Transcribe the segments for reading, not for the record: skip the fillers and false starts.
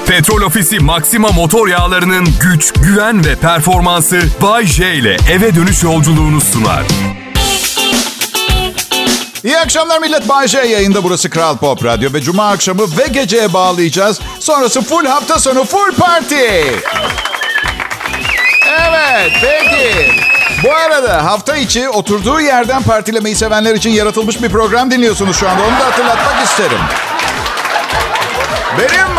Petrol Ofisi Maxima motor yağlarının güç, güven ve performansı Bay J ile eve dönüş yolculuğunu sunar. İyi akşamlar millet. Bay J yayında. Burası Kral Pop Radyo ve Cuma akşamı ve geceye bağlayacağız. Sonrası full hafta sonu, full party. Evet, peki. Bu arada hafta içi oturduğu yerden partilemeyi sevenler için yaratılmış bir program dinliyorsunuz şu anda. Onu da hatırlatmak isterim. Benim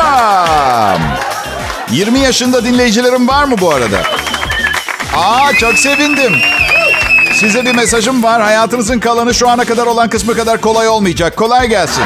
20 yaşında dinleyicilerim var mı bu arada? Çok sevindim. Size bir mesajım var. Hayatınızın kalanı şu ana kadar olan kısmı kadar kolay olmayacak. Kolay gelsin.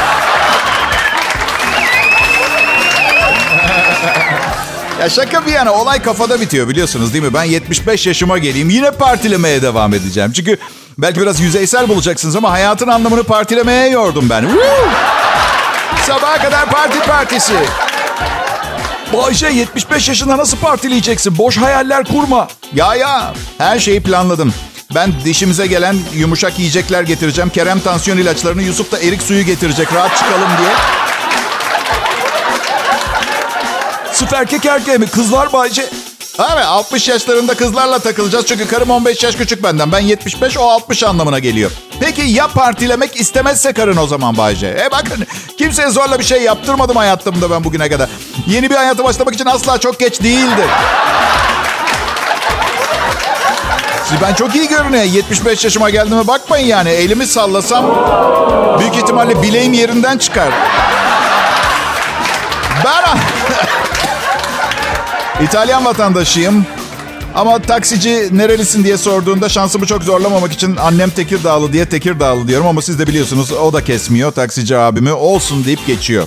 Ya şaka bir yana, olay kafada bitiyor biliyorsunuz değil mi? Ben 75 yaşıma geleyim, yine partilemeye devam edeceğim. Çünkü belki biraz yüzeysel bulacaksınız ama hayatın anlamını partilemeye yordum ben. Sabaha kadar partisi. Bayşe 75 yaşında nasıl partileyeceksin? Boş hayaller kurma. Ya her şeyi planladım. Ben dişimize gelen yumuşak yiyecekler getireceğim. Kerem tansiyon ilaçlarını, Yusuf da erik suyu getirecek. Rahat çıkalım diye. Sırf erkeğe mi? Kızlar Bayce. Evet, 60 yaşlarında kızlarla takılacağız. Çünkü karım 15 yaş küçük benden. Ben 75, o 60 anlamına geliyor. Peki ya partilemek istemezse karın o zaman Bayce? Bakın, kimseye zorla bir şey yaptırmadım hayatımda ben bugüne kadar. Yeni bir hayata başlamak için asla çok geç değildir. Ben çok iyi görünüyor. 75 yaşıma geldiğime bakmayın yani. Elimi sallasam büyük ihtimalle bileğim yerinden çıkar. Ben İtalyan vatandaşıyım. Ama taksici nerelisin diye sorduğunda şansımı çok zorlamamak için annem Tekirdağlı diye Tekirdağlı diyorum. Ama siz de biliyorsunuz o da kesmiyor taksici abimi. Olsun deyip geçiyor.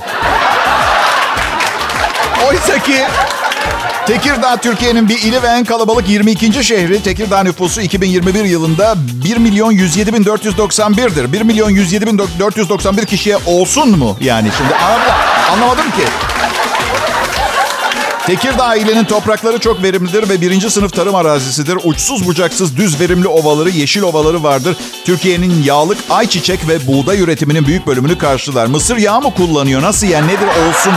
Oysa ki Tekirdağ Türkiye'nin bir ili ve en kalabalık 22. şehri. Tekirdağ nüfusu 2021 yılında 1.107.491'dir. 1.107.491 kişiye olsun mu? Yani şimdi anlamadım ki. Tekirdağ ilinin toprakları çok verimlidir ve 1. sınıf tarım arazisidir. Uçsuz bucaksız düz verimli ovaları, yeşil ovaları vardır. Türkiye'nin yağlık, ayçiçek ve buğday üretiminin büyük bölümünü karşılar. Mısır yağı mı kullanıyor? Nasıl yani? Nedir olsun?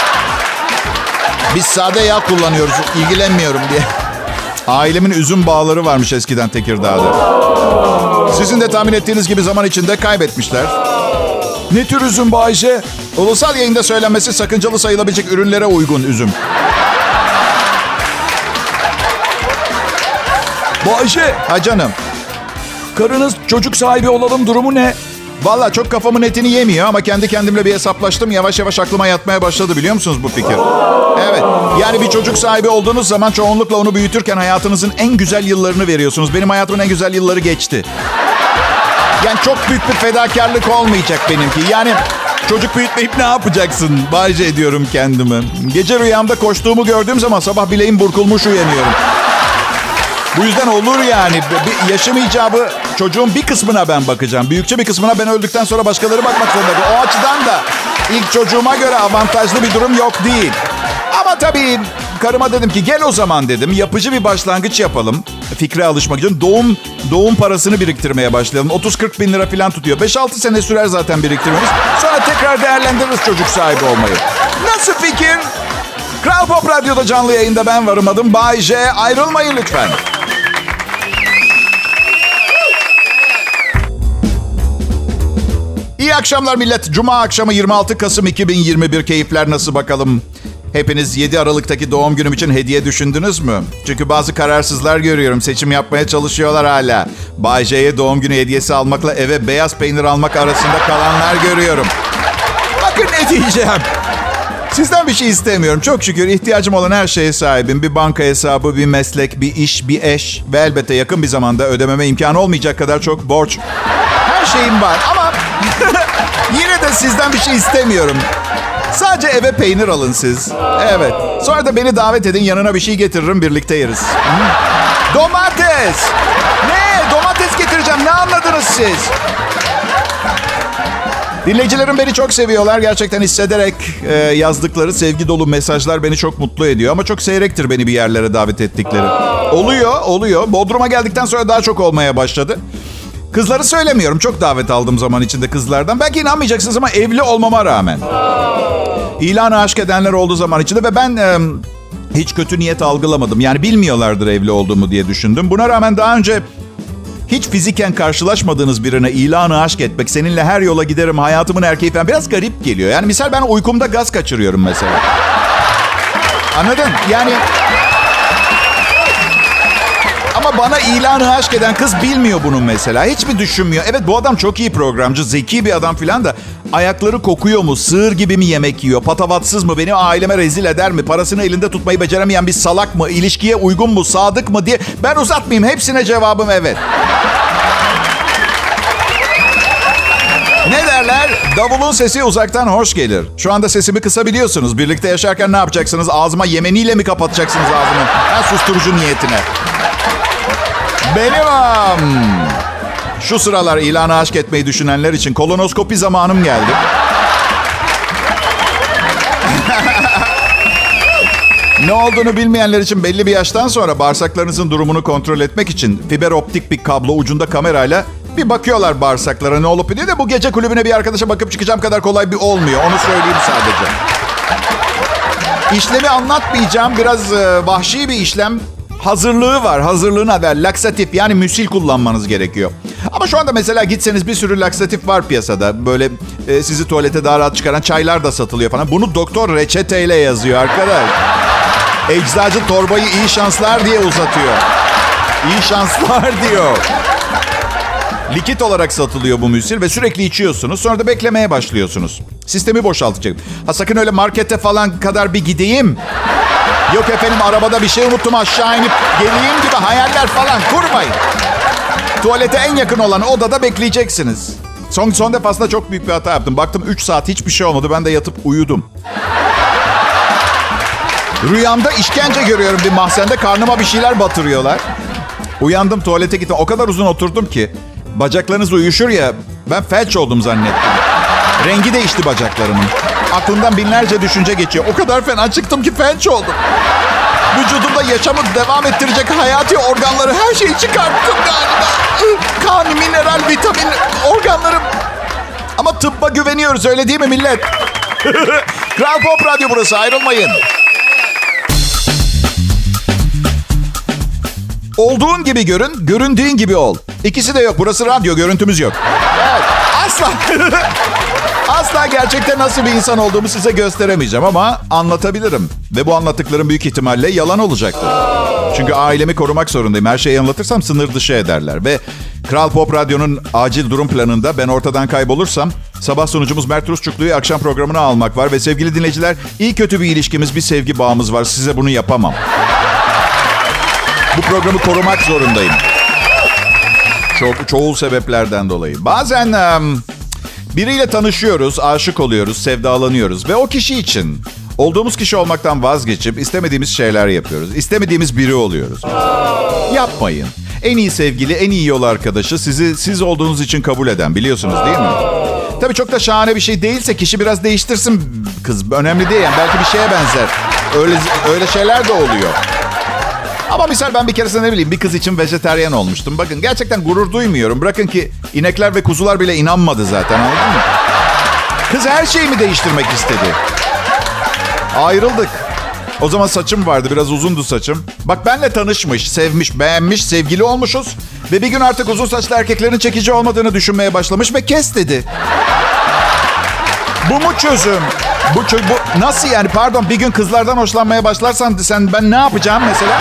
Biz sade yağ kullanıyoruz, ilgilenmiyorum diye. Ailemin üzüm bağları varmış eskiden Tekirdağ'da. Sizin de tahmin ettiğiniz gibi zaman içinde kaybetmişler. Ne tür üzüm Bayce? Ulusal yayında söylenmesi sakıncalı sayılabilecek ürünlere uygun üzüm. Bayce. Ha canım. Karınız çocuk sahibi olalım durumu ne? Valla çok kafamın etini yemiyor ama kendi kendimle bir hesaplaştım. Yavaş yavaş aklıma yatmaya başladı, biliyor musunuz bu fikir? Evet. Yani bir çocuk sahibi olduğunuz zaman çoğunlukla onu büyütürken hayatınızın en güzel yıllarını veriyorsunuz. Benim hayatımın en güzel yılları geçti. Yani çok büyük bir fedakarlık olmayacak benimki. Yani çocuk büyütmeyip ne yapacaksın? Bayce ediyorum kendimi. Gece rüyamda koştuğumu gördüğüm zaman sabah bileğim burkulmuş uyanıyorum. Bu yüzden olur yani. Bir yaşım icabı çocuğun bir kısmına ben bakacağım. Büyükçe bir kısmına ben öldükten sonra başkaları bakmak zorunda. O açıdan da ilk çocuğuma göre avantajlı bir durum yok değil. Ama tabii karıma dedim ki gel o zaman dedim. Yapıcı bir başlangıç yapalım. Fikre alışmak için doğum parasını biriktirmeye başlayalım. 30-40 bin lira falan tutuyor. 5-6 sene sürer zaten biriktirmemiz. Sonra tekrar değerlendiririz çocuk sahibi olmayı. Nasıl fikir? Kral Pop Radyo'da canlı yayında ben varım, adım Bay J. Ayrılmayın lütfen. İyi akşamlar millet. Cuma akşamı 26 Kasım 2021. Keyifler nasıl bakalım? Hepiniz 7 Aralık'taki doğum günüm için hediye düşündünüz mü? Çünkü bazı kararsızlar görüyorum. Seçim yapmaya çalışıyorlar hala. Bay J'ye doğum günü hediyesi almakla eve beyaz peynir almak arasında kalanlar görüyorum. Bakın ne diyeceğim. Sizden bir şey istemiyorum. Çok şükür ihtiyacım olan her şeye sahibim. Bir banka hesabı, bir meslek, bir iş, bir eş ve elbette yakın bir zamanda ödememe imkanı olmayacak kadar çok borç. Her şeyim var ama yine de sizden bir şey istemiyorum. Sadece eve peynir alın siz. Evet. Sonra da beni davet edin, yanına bir şey getiririm, birlikte yeriz. Domates! Ne? Domates getireceğim. Ne anladınız siz? Dinleyicilerim beni çok seviyorlar. Gerçekten hissederek yazdıkları sevgi dolu mesajlar beni çok mutlu ediyor. Ama çok seyrektir beni bir yerlere davet ettikleri. Oluyor. Bodrum'a geldikten sonra daha çok olmaya başladı. Kızları söylemiyorum. Çok davet aldım zaman içinde kızlardan. Belki inanmayacaksınız ama evli olmama rağmen. İlanı aşk edenler olduğu zaman içinde ve ben hiç kötü niyet algılamadım. Yani bilmiyorlardır evli olduğumu diye düşündüm. Buna rağmen daha önce hiç fiziken karşılaşmadığınız birine ilanı aşk etmek, seninle her yola giderim, hayatımın erkeği falan biraz garip geliyor. Yani misal ben uykumda gaz kaçırıyorum mesela. Anladın? Yani... Ama bana ilanı aşk eden kız bilmiyor bunun mesela. Hiç mi düşünmüyor? Evet, bu adam çok iyi programcı, zeki bir adam filan da ayakları kokuyor mu? Sığır gibi mi yemek yiyor? Patavatsız mı? Beni aileme rezil eder mi? Parasını elinde tutmayı beceremeyen bir salak mı? İlişkiye uygun mu? Sadık mı diye. Ben uzatmayayım. Hepsine cevabım evet. Ne derler? Davulun sesi uzaktan hoş gelir. Şu anda sesimi kısabiliyorsunuz. Birlikte yaşarken ne yapacaksınız? Ağzıma yemeniyle mi kapatacaksınız ağzımı? Ha, susturucu niyetine. Benim şu sıralar ilanı aşk etmeyi düşünenler için kolonoskopi zamanım geldi. Ne olduğunu bilmeyenler için belli bir yaştan sonra bağırsaklarınızın durumunu kontrol etmek için fiber optik bir kablo ucunda kamerayla bir bakıyorlar bağırsaklara ne olup diye de bu gece kulübüne bir arkadaşa bakıp çıkacağım kadar kolay bir olmuyor. Onu söyleyeyim sadece. İşlemi anlatmayacağım. Biraz vahşi bir işlem. Hazırlığı var. Hazırlığına ver. Laksatif yani müsil kullanmanız gerekiyor. Ama şu anda mesela gitseniz bir sürü laksatif var piyasada. Böyle sizi tuvalete daha rahat çıkaran çaylar da satılıyor falan. Bunu doktor reçeteyle yazıyor arkadaş. Eczacı torbayı iyi şanslar diye uzatıyor. İyi şanslar diyor. Likit olarak satılıyor bu müsil ve sürekli içiyorsunuz. Sonra da beklemeye başlıyorsunuz. Sistemi boşaltacak. Ha, sakın öyle markete falan kadar bir gideyim. Yok efendim arabada bir şey unuttum aşağı inip geleyim gibi hayaller falan kurmayın. Tuvalete en yakın olan odada bekleyeceksiniz. Son defasında çok büyük bir hata yaptım. Baktım 3 saat hiçbir şey olmadı. Ben de yatıp uyudum. Rüyamda işkence görüyorum bir mahzende. Karnıma bir şeyler batırıyorlar. Uyandım, tuvalete gittim. O kadar uzun oturdum ki bacaklarınız uyuşur ya, ben felç oldum zannettim. Rengi değişti bacaklarımın. Aklımdan binlerce düşünce geçiyor. O kadar fena çıktım ki felç oldum. Vücudumda yaşamı devam ettirecek hayati organları, her şeyi çıkarttım galiba. Kan, mineral, vitamin, organlarım. Ama tıbba güveniyoruz, öyle değil mi millet? Kral Pop Radyo burası, ayrılmayın. Olduğun gibi görün, göründüğün gibi ol. İkisi de yok. Burası radyo, görüntümüz yok. Evet, asla. Asla gerçekten nasıl bir insan olduğumu size gösteremeyeceğim ama anlatabilirim. Ve bu anlattıklarım büyük ihtimalle yalan olacaktır. Çünkü ailemi korumak zorundayım. Her şeyi anlatırsam sınır dışı ederler. Ve Kral Pop Radyo'nun acil durum planında ben ortadan kaybolursam sabah sunucumuz Mert Rusçuklu'yu akşam programına almak var. Ve sevgili dinleyiciler, iyi kötü bir ilişkimiz, bir sevgi bağımız var. Size bunu yapamam. Bu programı korumak zorundayım. Çoğul sebeplerden dolayı. Bazen biriyle tanışıyoruz, aşık oluyoruz, sevdalanıyoruz. Ve o kişi için olduğumuz kişi olmaktan vazgeçip istemediğimiz şeyler yapıyoruz. İstemediğimiz biri oluyoruz. Yapmayın. En iyi sevgili, en iyi yol arkadaşı siz olduğunuz için kabul eden, biliyorsunuz değil mi? Tabii çok da şahane bir şey değilse kişi biraz değiştirsin kız. Önemli değil yani, belki bir şeye benzer. Öyle şeyler de oluyor. Ama misal ben bir keresinde ne bileyim bir kız için vejetaryen olmuştum. Bakın gerçekten gurur duymuyorum. Bırakın ki inekler ve kuzular bile inanmadı zaten, anladın mı? Kız her şeyimi değiştirmek istedi. Ayrıldık. O zaman saçım vardı, biraz uzundu saçım. Bak benle tanışmış, sevmiş, beğenmiş, sevgili olmuşuz. Ve bir gün artık uzun saçlı erkeklerin çekici olmadığını düşünmeye başlamış ve kes dedi. Bu mu çözüm? Bu nasıl yani? Pardon, bir gün kızlardan hoşlanmaya başlarsan ben ne yapacağım mesela?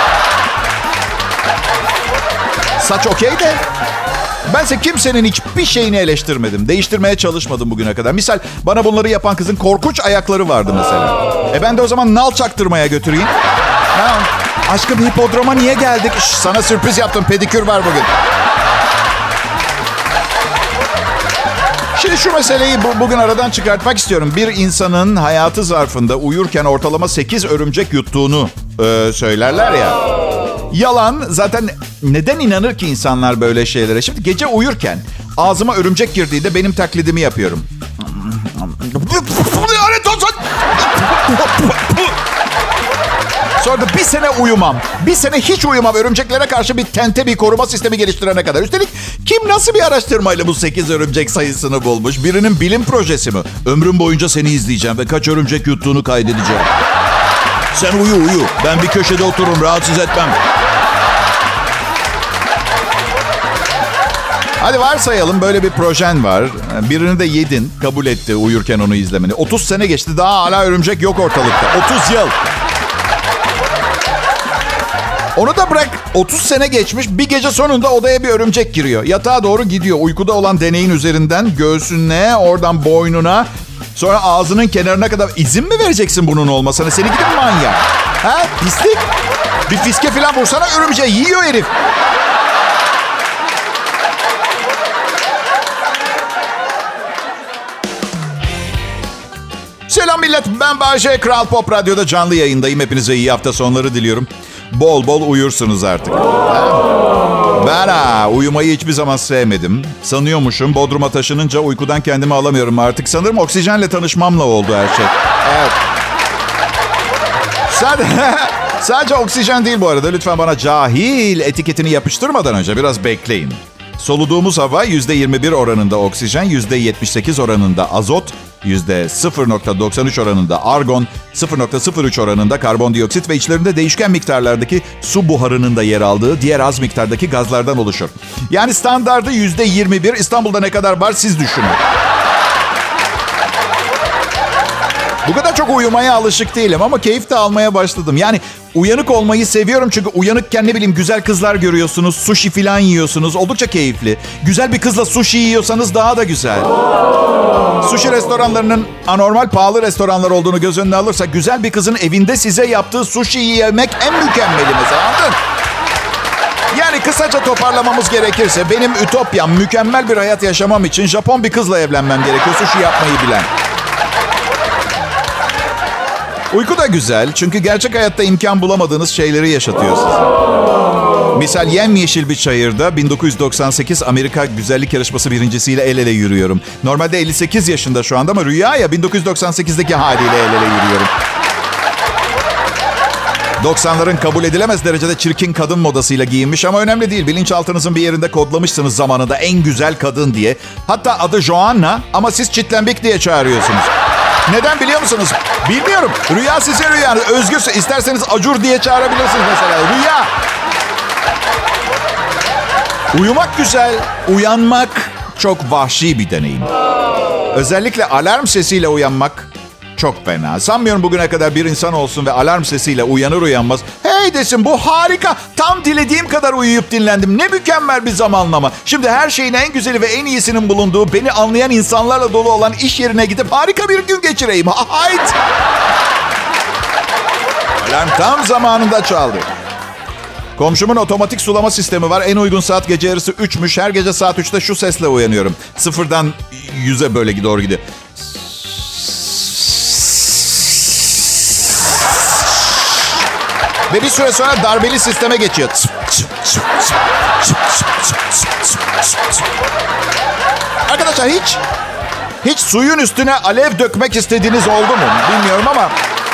Saç okey de. Bense kimsenin hiçbir şeyini eleştirmedim. Değiştirmeye çalışmadım bugüne kadar. Misal bana bunları yapan kızın korkunç ayakları vardı mesela. Ben de o zaman nal çaktırmaya götüreyim. Ha, aşkım hipodroma niye geldik? Sana sürpriz yaptım, pedikür var bugün. Şimdi şu meseleyi bugün aradan çıkartmak istiyorum. Bir insanın hayatı zarfında uyurken ortalama 8 örümcek yuttuğunu söylerler ya. Yalan. Zaten neden inanır ki insanlar böyle şeylere? Şimdi gece uyurken ağzıma örümcek girdiğinde benim taklidimi yapıyorum. Sonra da bir sene uyumam. Bir sene hiç uyumam. Örümceklere karşı bir tente, bir koruma sistemi geliştirene kadar. Üstelik kim nasıl bir araştırmayla bu 8 örümcek sayısını bulmuş? Birinin bilim projesi mi? Ömrüm boyunca seni izleyeceğim ve kaç örümcek yuttuğunu kaydedeceğim. Sen uyu. Ben bir köşede otururum. Rahatsız etmem. Hadi varsayalım böyle bir projen var. Birini de yedin. Kabul etti uyurken onu izlemeni. 30 sene geçti. Daha hala örümcek yok ortalıkta. 30 yıl. Onu da bırak. 30 sene geçmiş. Bir gece sonunda odaya bir örümcek giriyor. Yatağa doğru gidiyor. Uykuda olan deneyin üzerinden göğsüne, oradan boynuna, sonra ağzının kenarına kadar. İzin mi vereceksin bunun olmasına? Seni gidip manyak. Ha? Pislik. Bir fiske falan vursana, örümceği yiyor herif. Selam millet, ben Bayce. Kral Pop Radyo'da canlı yayındayım. Hepinize iyi hafta sonları diliyorum. Bol bol uyursunuz artık. Ben uyumayı hiçbir zaman sevmedim. Sanıyormuşum, Bodrum'a taşınınca uykudan kendimi alamıyorum artık. Sanırım oksijenle tanışmamla oldu her şey. Evet. Sadece oksijen değil bu arada. Lütfen bana cahil etiketini yapıştırmadan önce biraz bekleyin. Soluduğumuz hava %21 oranında oksijen, %78 oranında azot, %0.93 oranında argon, 0.03 oranında karbondioksit ve içlerinde değişken miktarlardaki su buharının da yer aldığı diğer az miktardaki gazlardan oluşur. Yani standardı %21. İstanbul'da ne kadar var siz düşünün. Bu kadar çok uyumaya alışık değilim ama keyif de almaya başladım. Yani uyanık olmayı seviyorum çünkü uyanıkken ne bileyim güzel kızlar görüyorsunuz, sushi falan yiyorsunuz. Oldukça keyifli. Güzel bir kızla sushi yiyorsanız daha da güzel. Sushi restoranlarının anormal pahalı restoranlar olduğunu göz önüne alırsak güzel bir kızın evinde size yaptığı sushi'yi yemek en mükemmeli mesela, anladın? Yani kısaca toparlamamız gerekirse benim ütopyam, mükemmel bir hayat yaşamam için Japon bir kızla evlenmem gerekiyor, sushi yapmayı bilen. Uyku da güzel çünkü gerçek hayatta imkan bulamadığınız şeyleri yaşatıyor size. Misal yemyeşil bir çayırda 1998 Amerika Güzellik Yarışması birincisiyle el ele yürüyorum. Normalde 58 yaşında şu anda ama rüya ya, 1998'deki haliyle el ele yürüyorum. 90'ların kabul edilemez derecede çirkin kadın modasıyla giyinmiş ama önemli değil. Bilinçaltınızın bir yerinde kodlamışsınız zamanında en güzel kadın diye. Hatta adı Joanna ama siz Çitlenbik diye çağırıyorsunuz. Neden biliyor musunuz? Bilmiyorum. Rüya size rüya. Özgürse isterseniz Acur diye çağırabilirsiniz mesela. Rüya. Uyumak güzel. Uyanmak çok vahşi bir deneyim. Özellikle alarm sesiyle uyanmak çok fena. Sanmıyorum bugüne kadar bir insan olsun ve alarm sesiyle uyanır uyanmaz hey desin, bu harika, tam dilediğim kadar uyuyup dinlendim, ne mükemmel bir zamanlama. Şimdi her şeyin en güzeli ve en iyisinin bulunduğu, beni anlayan insanlarla dolu olan iş yerine gidip harika bir gün geçireyim. Hayt. Alarm tam zamanında çaldı. Komşumun otomatik sulama sistemi var. En uygun saat gece yarısı 3'müş. Her gece saat 3'te şu sesle uyanıyorum. 0'dan 100'e böyle doğru gidiyor. Ve bir süre sonra darbeli sisteme geçiyor. Arkadaşlar hiç suyun üstüne alev dökmek istediğiniz oldu mu? Bilmiyorum ama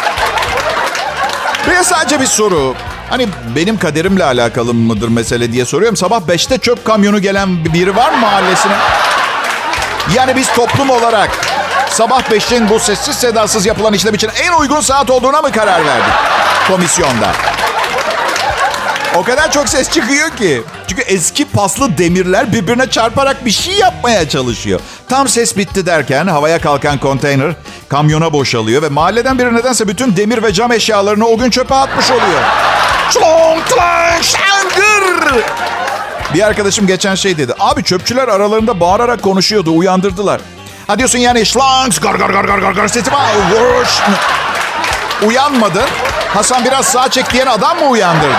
buraya sadece bir soru. Hani benim kaderimle alakalı mıdır mesele diye soruyorum. Sabah 5'te çöp kamyonu gelen biri var mı mahallesine? Yani biz toplum olarak sabah 5'in bu sessiz sedasız yapılan işlem için en uygun saat olduğuna mı karar verdik komisyonda? O kadar çok ses çıkıyor ki. Çünkü eski paslı demirler birbirine çarparak bir şey yapmaya çalışıyor. Tam ses bitti derken havaya kalkan konteyner kamyona boşalıyor ve mahalleden biri nedense bütün demir ve cam eşyalarını o gün çöpe atmış oluyor. Çlong, tlang, şangır. Bir arkadaşım geçen şey dedi. Abi çöpçüler aralarında bağırarak konuşuyordu, uyandırdılar. Ha diyorsun yani şlangs, gar gar gar gar gar gar sesi var. Uyanmadın. Hasan biraz sağa çek diyen adam mı uyandırdı?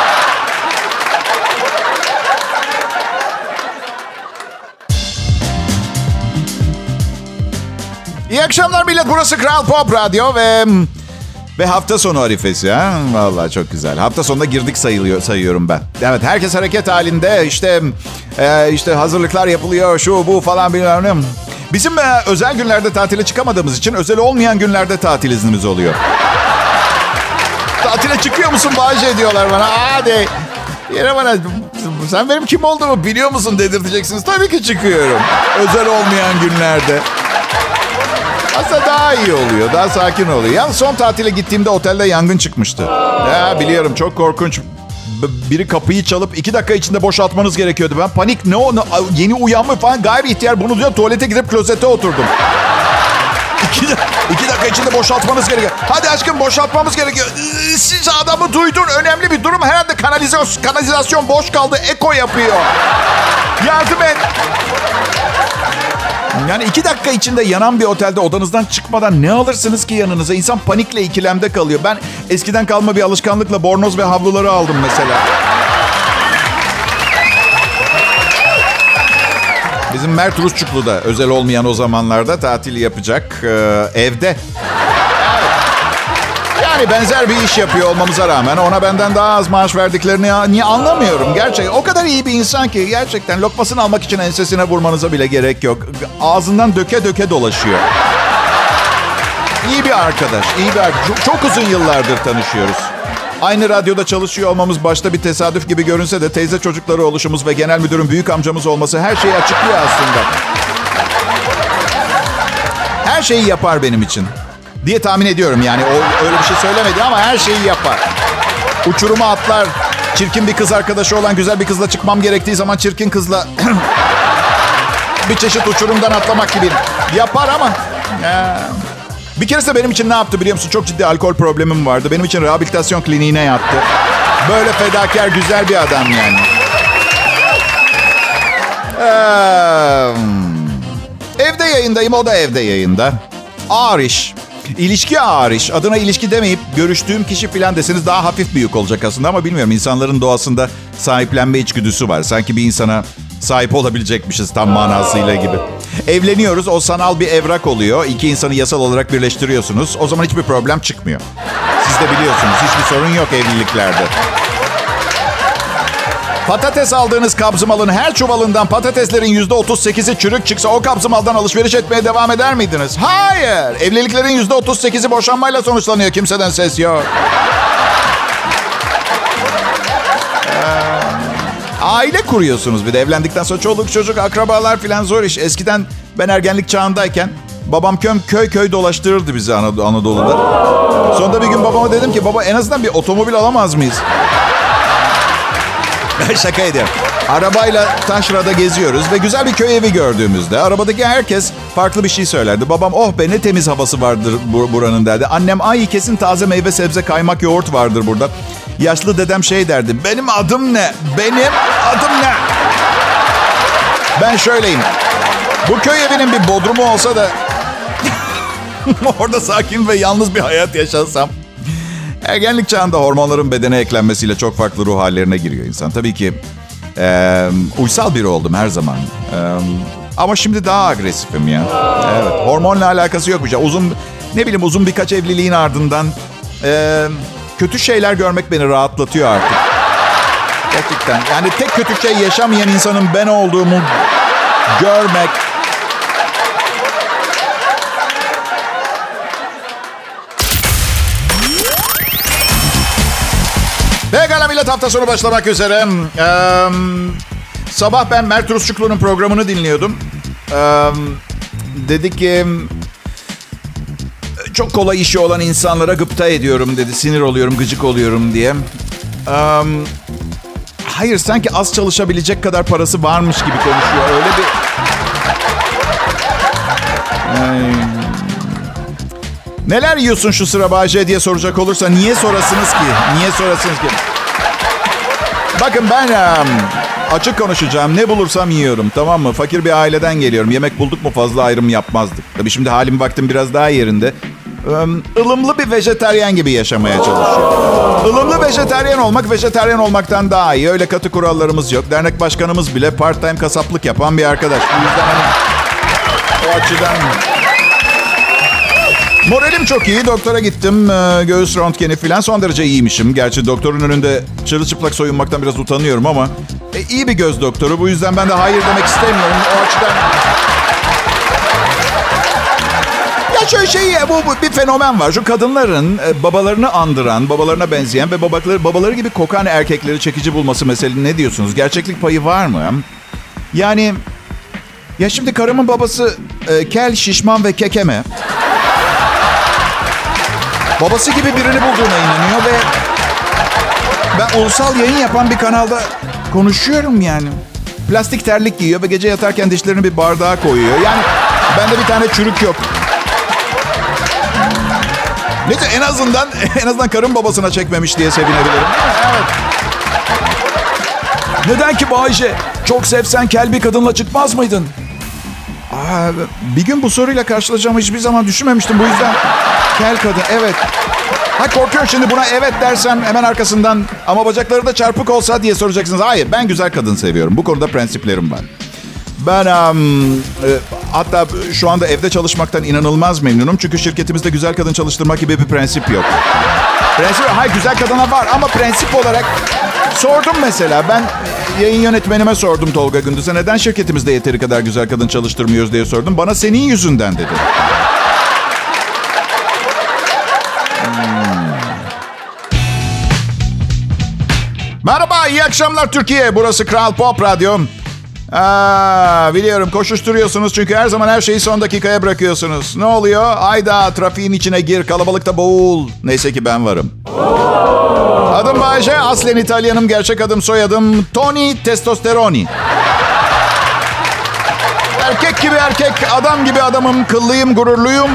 İyi akşamlar millet. Burası Kral Pop Radyo ve hafta sonu arifesi. Ha? Vallahi çok güzel. Hafta sonuna girdik sayıyorum ben. Evet, herkes hareket halinde. İşte hazırlıklar yapılıyor. Şu bu falan bilmem. Bizim özel günlerde tatile çıkamadığımız için özel olmayan günlerde tatil iznimiz oluyor. Tatile çıkıyor musun Bayce diyorlar bana. Hadi. Yine bana sen benim kim olduğumu biliyor musun dedirteceksiniz. Tabii ki çıkıyorum. Özel olmayan günlerde. Aslında daha iyi oluyor. Daha sakin oluyor. Yalnız son tatile gittiğimde otelde yangın çıkmıştı. Ya biliyorum, çok korkunç. Biri kapıyı çalıp 2 dakika içinde boşaltmanız gerekiyordu. Ben panik, yeni uyanma falan, gayri ihtiyar bunu diyor. Tuvalete gidip klozete oturdum. 2 dakika içinde boşaltmanız gerekiyor. Hadi aşkım, boşaltmamız gerekiyor. Siz adamı duydun. Önemli bir durum. Herhalde kanalizasyon boş kaldı. Eko yapıyor. Yardım et. Yani 2 dakika içinde yanan bir otelde odanızdan çıkmadan ne alırsınız ki yanınıza? İnsan panikle ikilemde kalıyor. Ben eskiden kalma bir alışkanlıkla bornoz ve havluları aldım mesela. Bizim Mert Rusçuklu'da özel olmayan o zamanlarda tatil yapacak evde. Yani benzer bir iş yapıyor olmamıza rağmen ona benden daha az maaş verdiklerini niye anlamıyorum. Gerçekten o kadar iyi bir insan ki gerçekten lokmasını almak için ensesine vurmanıza bile gerek yok. Ağzından döke döke dolaşıyor. İyi bir arkadaş, iyi bir arkadaş. Çok uzun yıllardır tanışıyoruz. Aynı radyoda çalışıyor olmamız başta bir tesadüf gibi görünse de teyze çocukları oluşumuz ve genel müdürün büyük amcamız olması her şeyi açıklıyor aslında. Her şeyi yapar benim için diye tahmin ediyorum yani. O öyle bir şey söylemedi ama her şeyi yapar. Uçuruma atlar. Çirkin bir kız arkadaşı olan güzel bir kızla çıkmam gerektiği zaman çirkin kızla bir çeşit uçurumdan atlamak gibi yapar ama... Bir keresinde benim için ne yaptı biliyor musun? Çok ciddi alkol problemim vardı. Benim için rehabilitasyon kliniğine yattı. Böyle fedakar, güzel bir adam yani. Evde yayındayım, o da evde yayında. Ağır iş. İlişki ağır iş. Adına ilişki demeyip görüştüğüm kişi falan deseniz daha hafif bir yük olacak aslında. Ama bilmiyorum, insanların doğasında sahiplenme içgüdüsü var. Sanki bir insana sahip olabilecekmişiz tam manasıyla gibi. Evleniyoruz, o sanal bir evrak oluyor. 2 insanı yasal olarak birleştiriyorsunuz. O zaman hiçbir problem çıkmıyor. Siz de biliyorsunuz, hiçbir sorun yok evliliklerde. Patates aldığınız kabzımalın her çuvalından patateslerin %38'i çürük çıksa o kabzımaldan alışveriş etmeye devam eder miydiniz? Hayır. Evliliklerin %38'i boşanmayla sonuçlanıyor. Kimseden ses yok. Aile kuruyorsunuz bir de. Evlendikten sonra çoluk çocuk, akrabalar falan zor iş. Eskiden ben ergenlik çağındayken babam köy dolaştırırdı bizi Anadolu'da. Sonunda bir gün babama dedim ki baba en azından bir otomobil alamaz mıyız? Şaka ediyorum. Arabayla taşrada geziyoruz ve güzel bir köy evi gördüğümüzde arabadaki herkes farklı bir şey söylerdi. Babam oh be ne temiz havası vardır buranın derdi. Annem ay kesin taze meyve sebze kaymak yoğurt vardır burada. Yaşlı dedem şey derdi. Benim adım ne? Benim adım ne? Ben şöyleyim. Bu köy evinin bir bodrumu olsa da orada sakin ve yalnız bir hayat yaşasam. Ergenlik çağında hormonların bedene eklenmesiyle çok farklı ruh hallerine giriyor insan. Tabii ki uysal biri oldum her zaman. Ama şimdi daha agresifim ya. Evet, hormonla alakası yok bir şey. Uzun birkaç evliliğin ardından kötü şeyler görmek beni rahatlatıyor artık. Gerçekten. Yani tek kötü şey yaşamayan insanın ben olduğumu görmek. Pekala millet, hafta sonu başlamak üzere. Sabah ben Mert Rusçuklu'nun programını dinliyordum. Dedi ki çok kolay işi olan insanlara gıpta ediyorum dedi. Sinir oluyorum, gıcık oluyorum diye. Hayır, sanki az çalışabilecek kadar parası varmış gibi konuşuyor. Öyle bir... Neler yiyorsun şu sıra Bahçe diye soracak olursa niye sorasınız ki? Niye sorasınız ki? Bakın ben açık konuşacağım. Ne bulursam yiyorum, tamam mı? Fakir bir aileden geliyorum. Yemek bulduk mu fazla ayrım yapmazdık. Tabii şimdi halim vaktim biraz daha yerinde. ılımlı bir vejetaryen gibi yaşamaya çalışıyor. Ilımlı vejetaryen olmak vejetaryen olmaktan daha iyi. Öyle katı kurallarımız yok. Dernek başkanımız bile part-time kasaplık yapan bir arkadaş. Bu yüzden o açıdan... Moralim çok iyi. Doktora gittim. Göğüs röntgeni falan. Son derece iyiymişim. Gerçi doktorun önünde çırılçıplak soyunmaktan biraz utanıyorum ama... iyi bir göz doktoru. Bu yüzden ben de hayır demek istemiyorum. O açıdan... Ya Bu bir fenomen var. Şu kadınların babalarını andıran, babalarına benzeyen ve babaları gibi kokan erkekleri çekici bulması meselesi, ne diyorsunuz? Gerçeklik payı var mı? Yani ya şimdi karımın babası kel, şişman ve kekeme. Babası gibi birini bulduğuna inanıyor ve ben ulusal yayın yapan bir kanalda konuşuyorum yani. Plastik terlik giyiyor ve gece yatarken dişlerini bir bardağa koyuyor. Yani bende bir tane çürük yok. Neyse en azından karım babasına çekmemiş diye sevinebilirim. Evet. Neden ki Bayce? Çok sevsen kel bir kadınla çıkmaz mıydın? Bir gün bu soruyla karşılaşacağımı hiçbir zaman düşünmemiştim. Bu yüzden kel kadın, evet. Korkuyorum şimdi buna evet dersem hemen arkasından ama bacakları da çarpık olsa diye soracaksınız. Hayır, ben güzel kadın seviyorum. Bu konuda prensiplerim var. Ben hatta şu anda evde çalışmaktan inanılmaz memnunum. Çünkü şirketimizde güzel kadın çalıştırmak gibi bir prensip yok. Hayır, güzel kadına var ama prensip olarak sordum mesela. Ben yayın yönetmenime sordum, Tolga Gündüz'e. Neden şirketimizde yeteri kadar güzel kadın çalıştırmıyoruz diye sordum. Bana senin yüzünden dedi. Merhaba, iyi akşamlar Türkiye. Burası Kral Pop Radyo. Biliyorum koşuşturuyorsunuz çünkü her zaman her şeyi son dakikaya bırakıyorsunuz. Ne oluyor? Hayda, trafiğin içine gir, kalabalıkta boğul. Neyse ki ben varım. Adım Bayce, aslen İtalyanım, gerçek adım soyadım Tony Testosteroni. Erkek gibi erkek, adam gibi adamım, kıllıyım, gururluyum.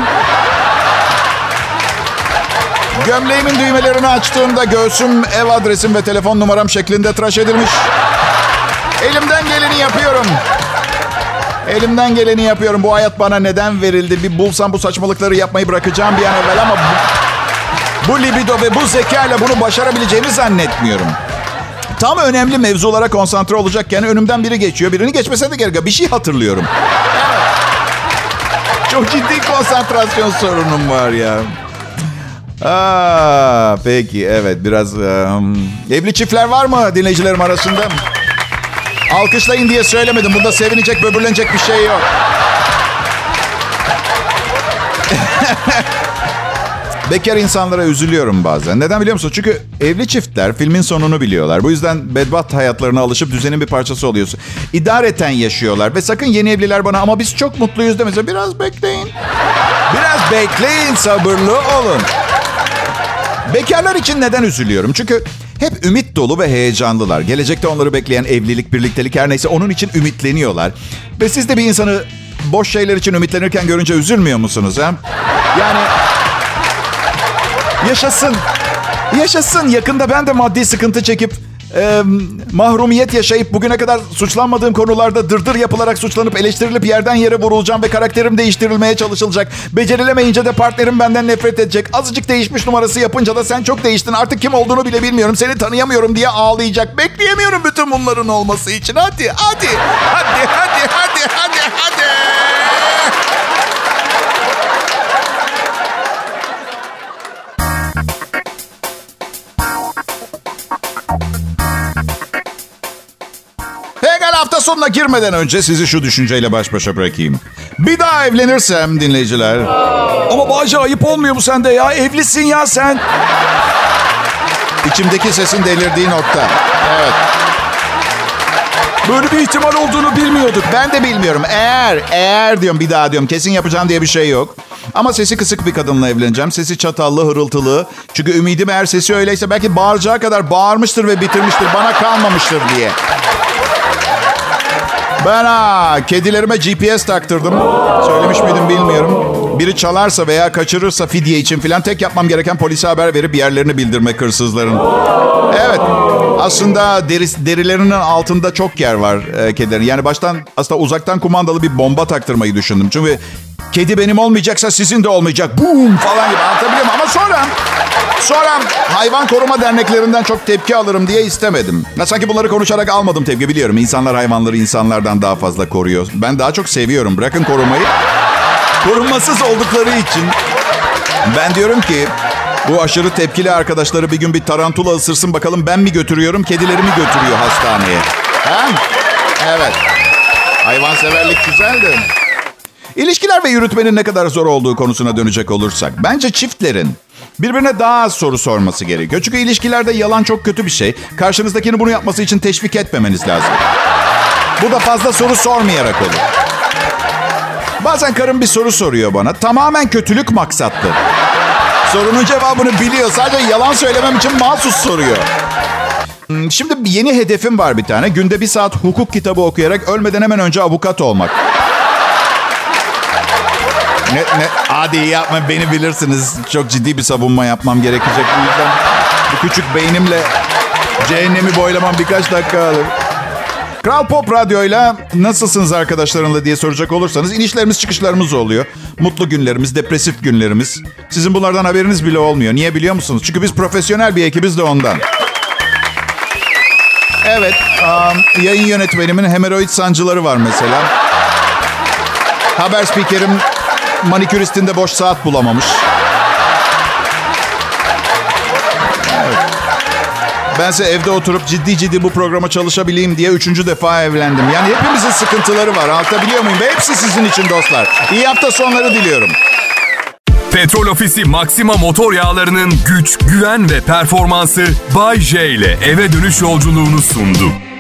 Gömleğimin düğmelerini açtığımda göğsüm, ev adresim ve telefon numaram şeklinde tıraş edilmiş. Elimden geleni yapıyorum. Bu hayat bana neden verildi? Bir bulsam bu saçmalıkları yapmayı bırakacağım bir an evvel ama bu libido ve bu zekayla bunu başarabileceğimi zannetmiyorum. Tam önemli mevzulara konsantre olacakken önümden biri geçiyor. Birini geçmese de gerek. Bir şey hatırlıyorum. Çok ciddi konsantrasyon sorunum var ya. Peki, evet, biraz evli çiftler var mı dinleyicilerim arasında? Alkışlayın diye söylemedim. Bunda sevinecek, böbürlenecek bir şey yok. Bekar insanlara üzülüyorum bazen. Neden biliyor musun? Çünkü evli çiftler filmin sonunu biliyorlar. Bu yüzden bedbaht hayatlarına alışıp düzenin bir parçası oluyorsun. İdareten yaşıyorlar. Ve sakın yeni evliler bana ama biz çok mutluyuz demese. Biraz bekleyin. Sabırlı olun. Bekarlar için neden üzülüyorum? Çünkü hep ümit dolu ve heyecanlılar. Gelecekte onları bekleyen evlilik, birliktelik her neyse onun için ümitleniyorlar. Ve siz de bir insanı boş şeyler için ümitlenirken görünce üzülmüyor musunuz? He? Yani yaşasın. Yakında ben de maddi sıkıntı çekip mahrumiyet yaşayıp bugüne kadar suçlanmadığım konularda dırdır yapılarak suçlanıp eleştirilip yerden yere vurulacağım ve karakterim değiştirilmeye çalışılacak. Becerilemeyince de partnerim benden nefret edecek. Azıcık değişmiş numarası yapınca da sen çok değiştin, artık kim olduğunu bile bilmiyorum, seni tanıyamıyorum diye ağlayacak. Bekleyemiyorum bütün bunların olması için. Hadi. Hafta sonuna girmeden önce sizi şu düşünceyle baş başa bırakayım. Bir daha evlenirsem dinleyiciler... Ama Bayce, ayıp olmuyor mu sende ya? Evlisin ya sen. İçimdeki sesin delirdiği nokta. Evet. Böyle bir ihtimal olduğunu bilmiyorduk. Ben de bilmiyorum. Eğer diyorum, bir daha diyorum. Kesin yapacağım diye bir şey yok. Ama sesi kısık bir kadınla evleneceğim. Sesi çatallı, hırıltılı. Çünkü ümidim eğer sesi öyleyse belki bağıracağı kadar bağırmıştır ve bitirmiştir. Bana kalmamıştır diye. Ben kedilerime GPS taktırdım. Söylemiş miydim bilmiyorum. Biri çalarsa veya kaçırırsa fidye için falan tek yapmam gereken polise haber verip yerlerini bildirmek hırsızların. Evet. Aslında derilerinin altında çok yer var kedilerin. Yani baştan aslında uzaktan kumandalı bir bomba taktırmayı düşündüm. Çünkü kedi benim olmayacaksa sizin de olmayacak. Boom falan gibi, anlatabiliyor muyum? Ama sonra hayvan koruma derneklerinden çok tepki alırım diye istemedim. Sanki bunları konuşarak almadım tepki, biliyorum. İnsanlar hayvanları insanlardan daha fazla koruyor. Ben daha çok seviyorum. Bırakın korumayı. Korunmasız oldukları için. Ben diyorum ki bu aşırı tepkili arkadaşları bir gün bir tarantula ısırsın bakalım, ben mi götürüyorum, kedileri mi götürüyor hastaneye? Ha? Evet. Hayvanseverlik güzeldi. İlişkiler ve yürütmenin ne kadar zor olduğu konusuna dönecek olursak, bence çiftlerin birbirine daha az soru sorması gerekiyor. Çünkü ilişkilerde yalan çok kötü bir şey. Karşınızdakini bunu yapması için teşvik etmemeniz lazım. Bu da fazla soru sormayarak olur. Bazen karım bir soru soruyor bana. Tamamen kötülük maksatlı. Sorunun cevabını biliyor. Sadece yalan söylemem için mahsus soruyor. Şimdi yeni hedefim var bir tane. Günde 1 saat hukuk kitabı okuyarak ölmeden hemen önce avukat olmak. Hadi yapma, beni bilirsiniz. Çok ciddi bir savunma yapmam gerekecek. Bu yüzden bu küçük beynimle cehennemi boylamam birkaç dakika alır. Kral Pop Radyo'yla nasılsınız arkadaşlarınla diye soracak olursanız inişlerimiz çıkışlarımız oluyor. Mutlu günlerimiz, depresif günlerimiz. Sizin bunlardan haberiniz bile olmuyor. Niye biliyor musunuz? Çünkü biz profesyonel bir ekibiz de ondan. Evet, yayın yönetmenimin hemoroid sancıları var mesela. Haber spikerim maniküristinde boş saat bulamamış. Evet. Bense evde oturup ciddi bu programa çalışabileyim diye 3. defa evlendim. Yani hepimizin sıkıntıları var. Anlatabiliyor muyum? Ve hepsi sizin için dostlar. İyi hafta sonları diliyorum. Petrol Ofisi Maxima motor yağlarının güç, güven ve performansı Bay J ile eve dönüş yolculuğunu sundu.